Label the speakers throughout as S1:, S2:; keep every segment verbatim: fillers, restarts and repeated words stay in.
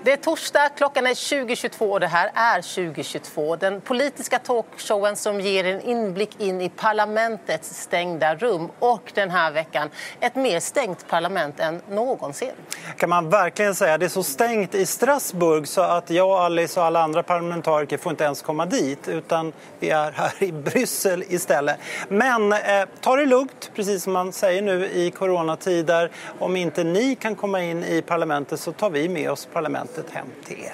S1: Det är torsdag, klockan är tjugo tjugotvå och det här är tjugo tjugotvå. Den politiska talkshowen som ger en inblick in i parlamentets stängda rum. Och den här veckan ett mer stängt parlament än någonsin.
S2: Kan man verkligen säga. Det är så stängt i Strasbourg så att jag, Alice och alla andra parlamentariker får inte ens komma dit. Utan vi är här i Bryssel istället. Men eh, ta det lugnt, precis som man säger nu i coronatider. Om inte ni kan komma in i parlamentet så tar vi med oss parlamentet hem till er.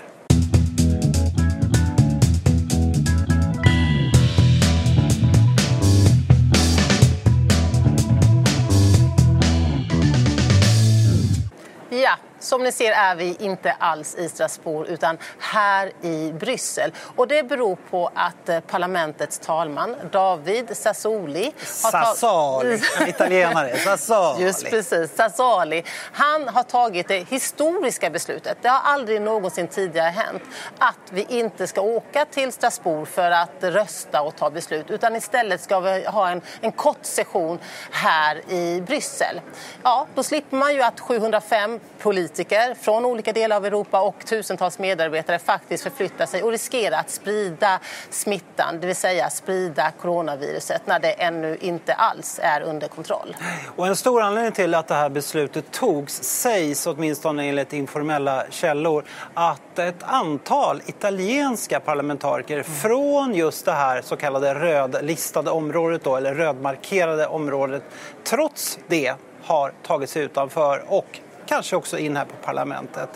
S1: Ja, som ni ser är vi inte alls i Strasbourg utan här i Bryssel. Och det beror på att parlamentets talman David Sassoli...
S2: Sassoli, en italienare. Sassoli.
S1: Just precis, Sassoli. Han har tagit det historiska beslutet. Det har aldrig någonsin tidigare hänt att vi inte ska åka till Strasbourg för att rösta och ta beslut. Utan istället ska vi ha en, en kort session här i Bryssel. Ja, då slipper man ju att sjuhundrafem politiker från olika delar av Europa och tusentals medarbetare faktiskt förflyttar sig och riskerar att sprida smittan, det vill säga sprida coronaviruset när det ännu inte alls är under kontroll.
S2: Och en stor anledning till att det här beslutet togs sägs, åtminstone enligt informella källor, att ett antal italienska parlamentariker mm. från just det här så kallade rödlistade området då, eller rödmarkerade området, trots det har tagit sig utanför och kanske också in här på parlamentet.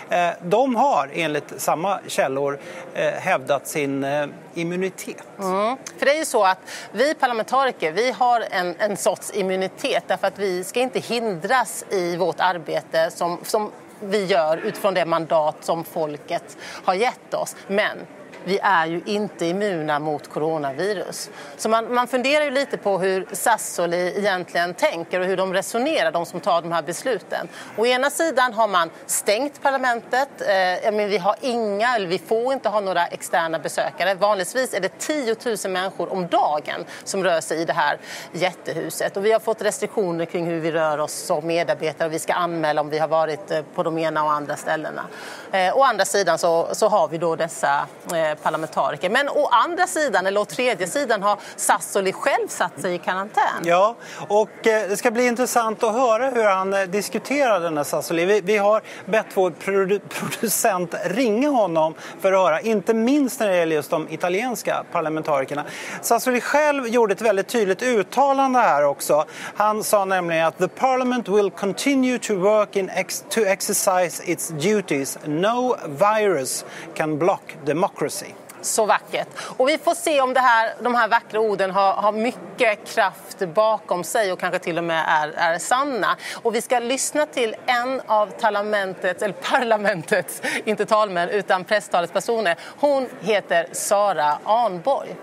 S2: De har enligt samma källor hävdat sin immunitet.
S1: Mm. För det är ju så att vi parlamentariker, vi har en, en sorts immunitet därför att vi ska inte hindras i vårt arbete som, som vi gör utifrån det mandat som folket har gett oss. Men vi är ju inte immuna mot coronavirus. Så man, man funderar ju lite på hur Sassoli egentligen tänker och hur de resonerar, de som tar de här besluten. Å ena sidan har man stängt parlamentet. Eh, men vi har inga, eller vi får inte ha några externa besökare. Vanligtvis är det tio tusen människor om dagen som rör sig i det här jättehuset. Och vi har fått restriktioner kring hur vi rör oss som medarbetare. Vi ska anmäla om vi har varit på de ena och andra ställena. Eh, å andra sidan så, så har vi då dessa eh, parlamentariker. Men å andra sidan, eller å tredje sidan, har Sassoli själv satt sig i karantän.
S2: Ja, och eh, det ska bli intressant att höra hur han eh, diskuterar den här Sassoli. Vi, vi har bett vår produ- producent ringa honom för att höra, inte minst när det gäller just de italienska parlamentarikerna. Sassoli själv gjorde ett väldigt tydligt uttalande här också. Han sa nämligen att the parliament will continue to work in ex- to exercise its duties. No virus can block democracy.
S1: Så vackert. Och vi får se om det här, de här vackra orden har, har mycket kraft bakom sig och kanske till och med är, är sanna. Och vi ska lyssna till en av parlamentets, eller parlamentets, inte talmän utan presstalets personer. Hon heter Sara Arnborg.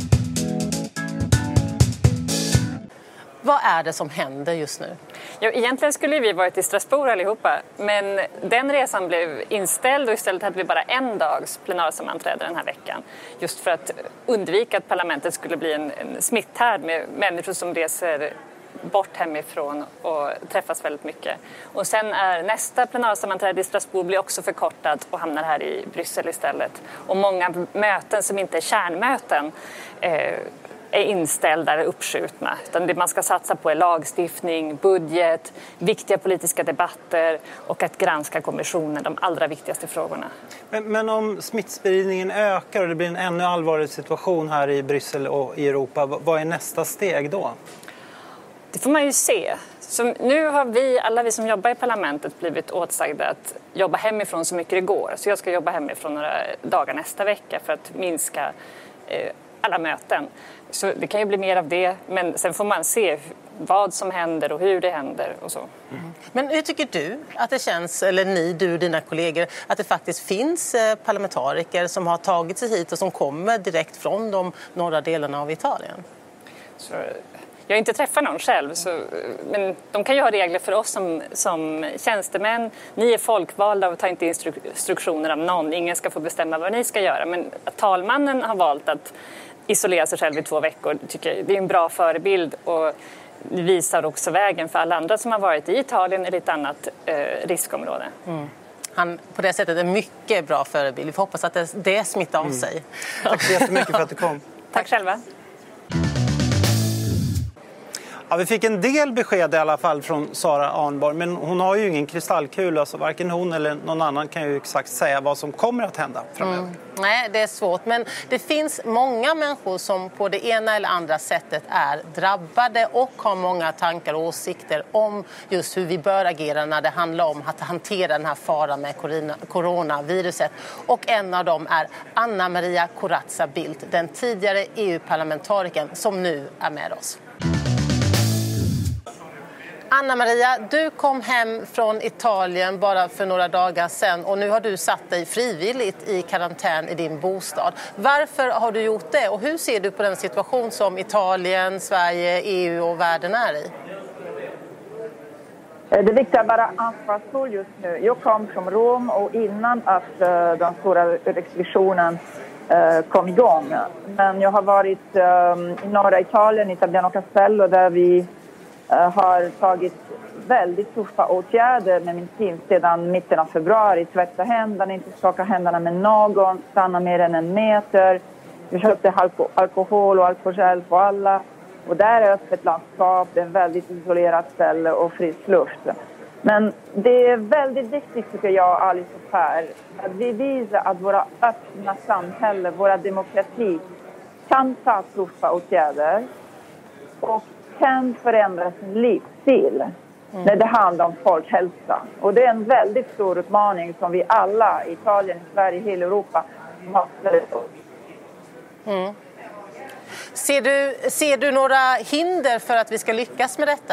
S1: Vad är det som händer just nu?
S3: Ja, egentligen skulle vi varit i Strasbourg allihopa, men den resan blev inställd och istället hade vi bara en dags plenarsammanträde den här veckan. Just för att undvika att parlamentet skulle bli en, en smitthärd med människor som reser bort hemifrån och träffas väldigt mycket. Och sen är nästa plenarsammanträde i Strasbourg blir också förkortat och hamnar här i Bryssel istället. Och många möten som inte är kärnmöten eh, är inställda eller uppskjutna. Utan det man ska satsa på är lagstiftning, budget, viktiga politiska debatter och att granska kommissionen, de allra viktigaste frågorna.
S2: Men, men om smittspridningen ökar och det blir en ännu allvarligare situation här i Bryssel och i Europa, vad är nästa steg då?
S3: Det får man ju se. Så nu har vi, alla vi som jobbar i parlamentet, blivit åtsagda att jobba hemifrån så mycket det går. Så jag ska jobba hemifrån några dagar nästa vecka för att minska eh, alla möten. Så det kan ju bli mer av det, men sen får man se vad som händer och hur det händer och så.
S1: Mm. Men hur tycker du att det känns, eller ni, du och dina kollegor, att det faktiskt finns parlamentariker som har tagit sig hit och som kommer direkt från de norra delarna av Italien?
S3: Så, jag har inte träffat någon själv, så, men de kan ju ha regler för oss som, som tjänstemän. Ni är folkvalda och tar inte instruktioner av någon. Ingen ska få bestämma vad ni ska göra. Men att talmannen har valt att isolera sig själv i två veckor tycker jag det är en bra förebild och visar också vägen för alla andra som har varit i Italien eller ett annat eh, riskområde.
S1: Mm. Han på det sättet är mycket bra förebild. Vi får hoppas att det, det smittar av sig. Mm.
S2: Tack så jättemycket för att du kom.
S3: Tack själva.
S2: Ja, vi fick en del besked i alla fall från Sara Arnborg, men hon har ju ingen kristallkula, så varken hon eller någon annan kan ju exakt säga vad som kommer att hända framöver. Mm.
S1: Nej, det är svårt, men det finns många människor som på det ena eller andra sättet är drabbade och har många tankar och åsikter om just hur vi bör agera när det handlar om att hantera den här faran med coronaviruset. Och en av dem är Anna Maria Corazza Bildt, den tidigare E U-parlamentarikern som nu är med oss. Anna Maria, du kom hem från Italien bara för några dagar sedan och nu har du satt dig frivilligt i karantän i din bostad. Varför har du gjort det och hur ser du på den situation som Italien, Sverige, E U och världen är i?
S4: Det är viktigt att vara ansvarsfull just nu. Jag kom från Rom och innan att uh, den stora restriktionen uh, kom igång. Men jag har varit um, i norra Italien, Italiano Castello, där vi har tagit väldigt tuffa åtgärder med min team sedan mitten av februari. Tvätta händerna, inte skaka händerna med någon, stanna mer än en meter. Vi köpte alko- alkohol och alkoholgel på alla. Och där är öppet landskap, det är ett väldigt isolerat ställe och frisk luft. Men det är väldigt viktigt tycker jag, Alice och Per, att vi visar att våra öppna samhälle, våra demokrati kan ta tuffa åtgärder och kan förändra sin livsstil mm. när det handlar om folkhälsa. Och det är en väldigt stor utmaning som vi alla, Italien, Sverige, hela Europa, måste
S1: mm. Ser du, ser du några hinder för att vi ska lyckas med detta?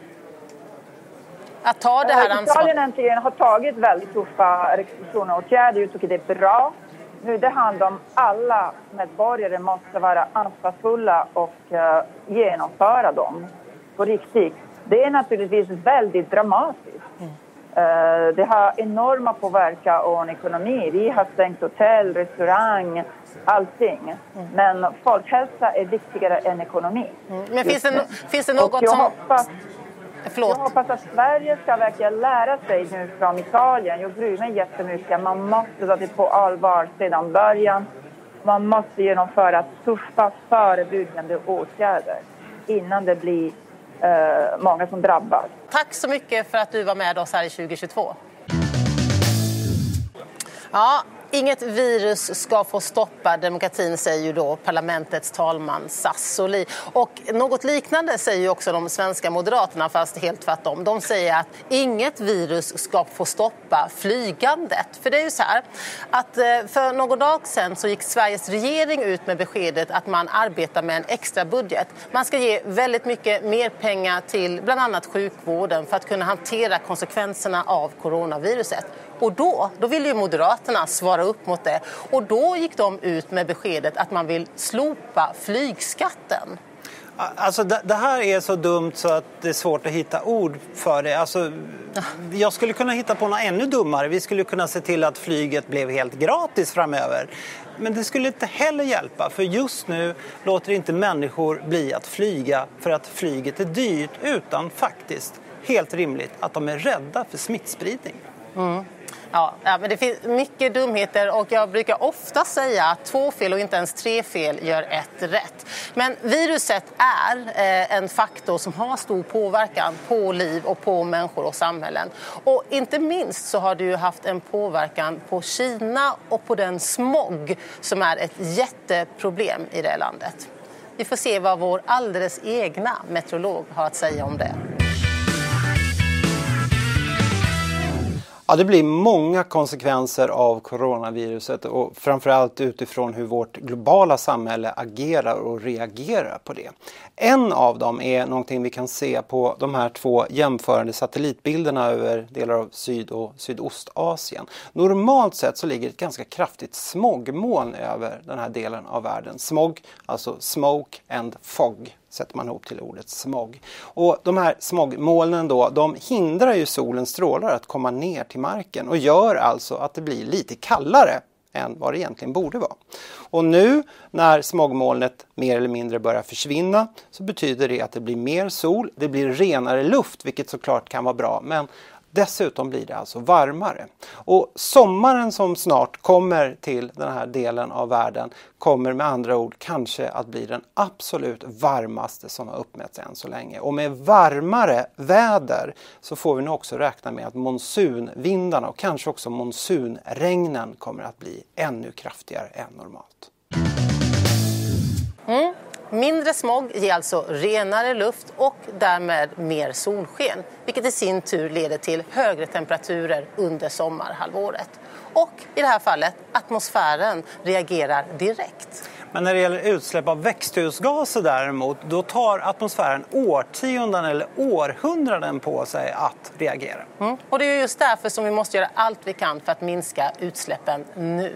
S1: Att ta det här ansvaret?
S4: Italien äntligen har tagit väldigt tuffa restriktioner och åtgärder. Jag tycker det är bra. Nu det handlar om alla medborgare måste vara ansvarsfulla och uh, genomföra dem på riktigt. Det är naturligtvis väldigt dramatiskt. Mm. Uh, det har enorma påverkan på ekonomi. Vi har stängt hotell, restaurang, allting. Mm. Men folkhälsa är viktigare än ekonomi.
S1: Mm. Men finns det, finns det något
S4: jag
S1: som...
S4: Hoppas,
S1: Förlåt.
S4: Jag hoppas att Sverige ska verkligen lära sig nu från Italien. Jag bryr mig jättemycket. Man måste ta det på allvar sedan början. Man måste genomföra tuffa förebyggande åtgärder innan det blir eh, många som drabbas.
S1: Tack så mycket för att du var med oss här i tjugohundratjugotvå. Ja, inget virus ska få stoppa demokratin, säger ju då parlamentets talman Sassoli. Och något liknande säger ju också de svenska moderaterna, fast helt tvärtom. De säger att inget virus ska få stoppa flygandet. För det är ju så här att för någon dag sedan så gick Sveriges regering ut med beskedet att man arbetar med en extra budget. Man ska ge väldigt mycket mer pengar till bland annat sjukvården för att kunna hantera konsekvenserna av coronaviruset. Och då, då vill ju Moderaterna svara upp mot det. Och då gick de ut med beskedet att man vill slopa flygskatten.
S2: Alltså det, det här är så dumt så att det är svårt att hitta ord för det. Alltså, jag skulle kunna hitta på något ännu dummare. Vi skulle kunna se till att flyget blev helt gratis framöver. Men det skulle inte heller hjälpa, för just nu låter inte människor bli att flyga för att flyget är dyrt, utan faktiskt helt rimligt att de är rädda för smittspridning.
S1: Mm. Ja, ja, men det finns mycket dumheter och jag brukar ofta säga att två fel och inte ens tre fel gör ett rätt. Men viruset är eh, en faktor som har stor påverkan på liv och på människor och samhällen. Och inte minst så har det ju haft en påverkan på Kina och på den smog som är ett jätteproblem i det landet. Vi får se vad vår alldeles egna meteorolog har att säga om det.
S2: Ja, det blir många konsekvenser av coronaviruset och framförallt utifrån hur vårt globala samhälle agerar och reagerar på det. En av dem är någonting vi kan se på de här två jämförande satellitbilderna över delar av Syd- och Sydostasien. Normalt sett så ligger ett ganska kraftigt smogmoln över den här delen av världen. Smog, alltså smoke and fog, sätter man ihop till ordet smog. Och de här smogmolnen då, de hindrar ju solens strålar att komma ner till marken och gör alltså att det blir lite kallare än vad det egentligen borde vara. Och nu när smogmolnet mer eller mindre börjar försvinna så betyder det att det blir mer sol, det blir renare luft, vilket såklart kan vara bra, men Dessutom blir det alltså varmare. Och sommaren som snart kommer till den här delen av världen kommer med andra ord kanske att bli den absolut varmaste som har uppmätts än så länge. Och med varmare väder så får vi nu också räkna med att monsunvindarna och kanske också monsunregnen kommer att bli ännu kraftigare än normalt.
S1: Mm. Mindre smog ger alltså renare luft och därmed mer solsken, vilket i sin tur leder till högre temperaturer under sommarhalvåret. Och i det här fallet, atmosfären reagerar direkt.
S2: Men när det gäller utsläpp av växthusgaser däremot, då tar atmosfären årtionden eller århundraden på sig att reagera.
S1: Mm. Och det är just därför som vi måste göra allt vi kan för att minska utsläppen nu.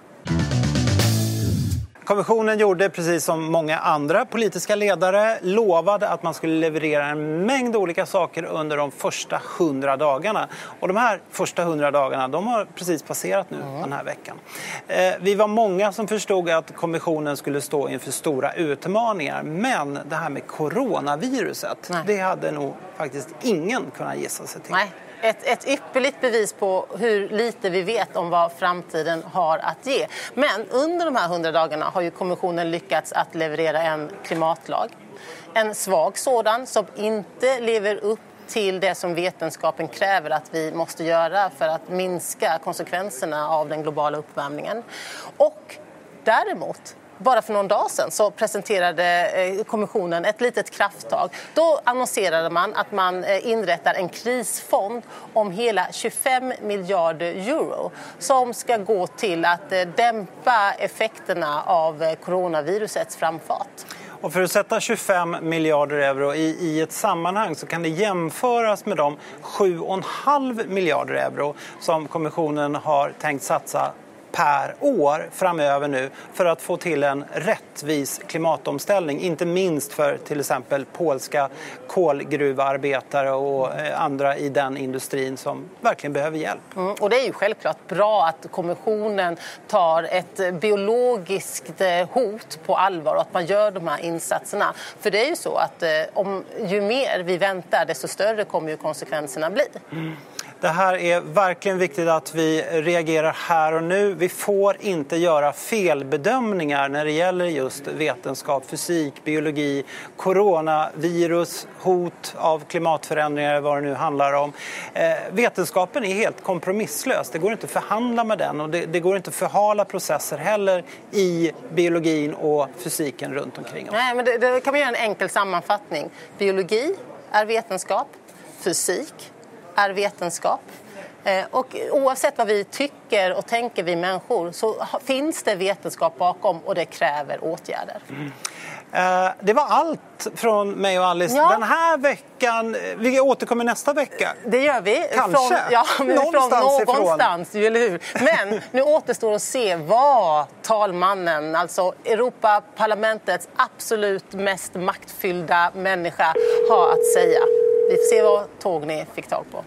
S2: Kommissionen gjorde precis som många andra politiska ledare, lovade att man skulle leverera en mängd olika saker under de första hundra dagarna. Och de här första hundra dagarna, de har precis passerat nu mm. den här veckan. Eh, vi var många som förstod att kommissionen skulle stå inför stora utmaningar. Men det här med coronaviruset, Nej. det hade nog faktiskt ingen kunnat gissa sig till.
S1: Nej. Ett, ett ypperligt bevis på hur lite vi vet om vad framtiden har att ge. Men under de här hundra dagarna har ju kommissionen lyckats att leverera en klimatlag. En svag sådan som inte lever upp till det som vetenskapen kräver att vi måste göra för att minska konsekvenserna av den globala uppvärmningen. Och däremot, bara för någon dag sedan så presenterade kommissionen ett litet krafttag. Då annonserade man att man inrättar en krisfond om hela tjugofem miljarder euro som ska gå till att dämpa effekterna av coronavirusets framfart.
S2: Och för att sätta tjugofem miljarder euro i, i ett sammanhang så kan det jämföras med de sju komma fem miljarder euro som kommissionen har tänkt satsa per år framöver nu för att få till en rättvis klimatomställning. Inte minst för till exempel polska kolgruvarbetare och andra i den industrin som verkligen behöver hjälp.
S1: Mm, och det är ju självklart bra att kommissionen tar ett biologiskt hot på allvar och att man gör de här insatserna. För det är ju så att om, ju mer vi väntar desto större kommer ju konsekvenserna bli.
S2: Mm. Det här är verkligen viktigt att vi reagerar här och nu. Vi får inte göra felbedömningar när det gäller just vetenskap, fysik, biologi, coronavirus, hot av klimatförändringar, vad det nu handlar om. Eh, vetenskapen är helt kompromisslös. Det går inte att förhandla med den och det, det går inte att förhala processer heller i biologin och fysiken runt omkring oss.
S1: Nej, men det, det kan man göra en enkel sammanfattning. Biologi är vetenskap, fysik är vetenskap. Och oavsett vad vi tycker och tänker vi människor så finns det vetenskap bakom och det kräver åtgärder.
S2: Mm. Eh, det var allt från mig och Alice ja. den här veckan. Vi återkommer nästa vecka.
S1: Det gör vi.
S2: Kanske.
S1: Från, ja,
S2: någonstans
S1: från någonstans,
S2: ifrån.
S1: Eller hur? Men nu återstår att se vad talmannen, alltså Europaparlamentets absolut mest maktfyllda människa, har att säga. Vi får se vad tåg ni fick tag på.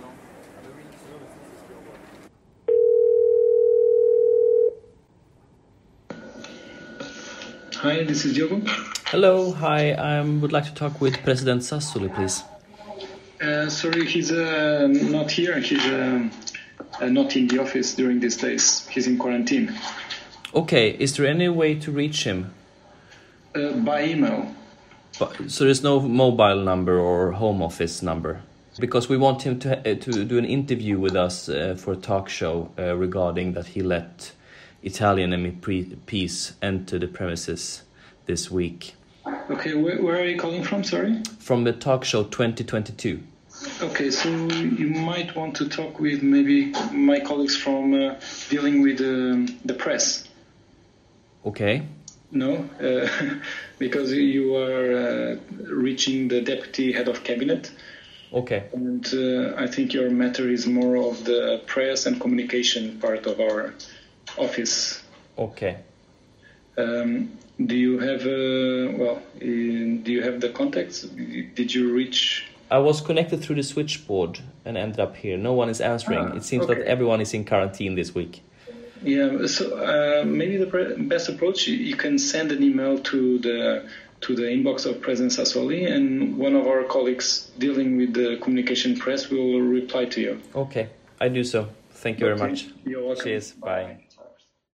S5: Hi, this is Diogo.
S6: Hello, hi. I um, would like to talk with President Sassoli, please.
S5: Uh, sorry, he's uh, not here. He's uh, uh, not in the office during these days. He's in quarantine.
S6: Okay, is there any way to reach him?
S5: Uh, by email.
S6: But, so there's no mobile number or home office number? Because we want him to uh, to do an interview with us uh, for a talk show uh, regarding that he let Italian M P Ps enter the premises this week.
S5: Okay, where, where are you calling from, sorry?
S6: From the talk show twenty twenty-two.
S5: Okay, so you might want to talk with maybe my colleagues from uh, dealing with uh, the press.
S6: Okay.
S5: No, uh, because you are uh, reaching the deputy head of cabinet.
S6: Okay.
S5: And uh, I think your matter is more of the press and communication part of our office.
S6: Okay.
S5: Um, do you have, uh, well, uh, do you have the contacts? Did you reach?
S6: I was connected through the switchboard and ended up here. No one is answering.
S5: Ah,
S6: it seems
S5: okay.
S6: that everyone is in quarantine this week.
S5: Yeah, so uh, maybe the pre- best approach, you can send an email to the to the inbox of President Sassoli, and one of our colleagues dealing with the communication press will reply to you.
S6: Okay, I do so. Thank you
S5: Okay.
S6: very much.
S5: You're welcome.
S6: Cheers. Bye.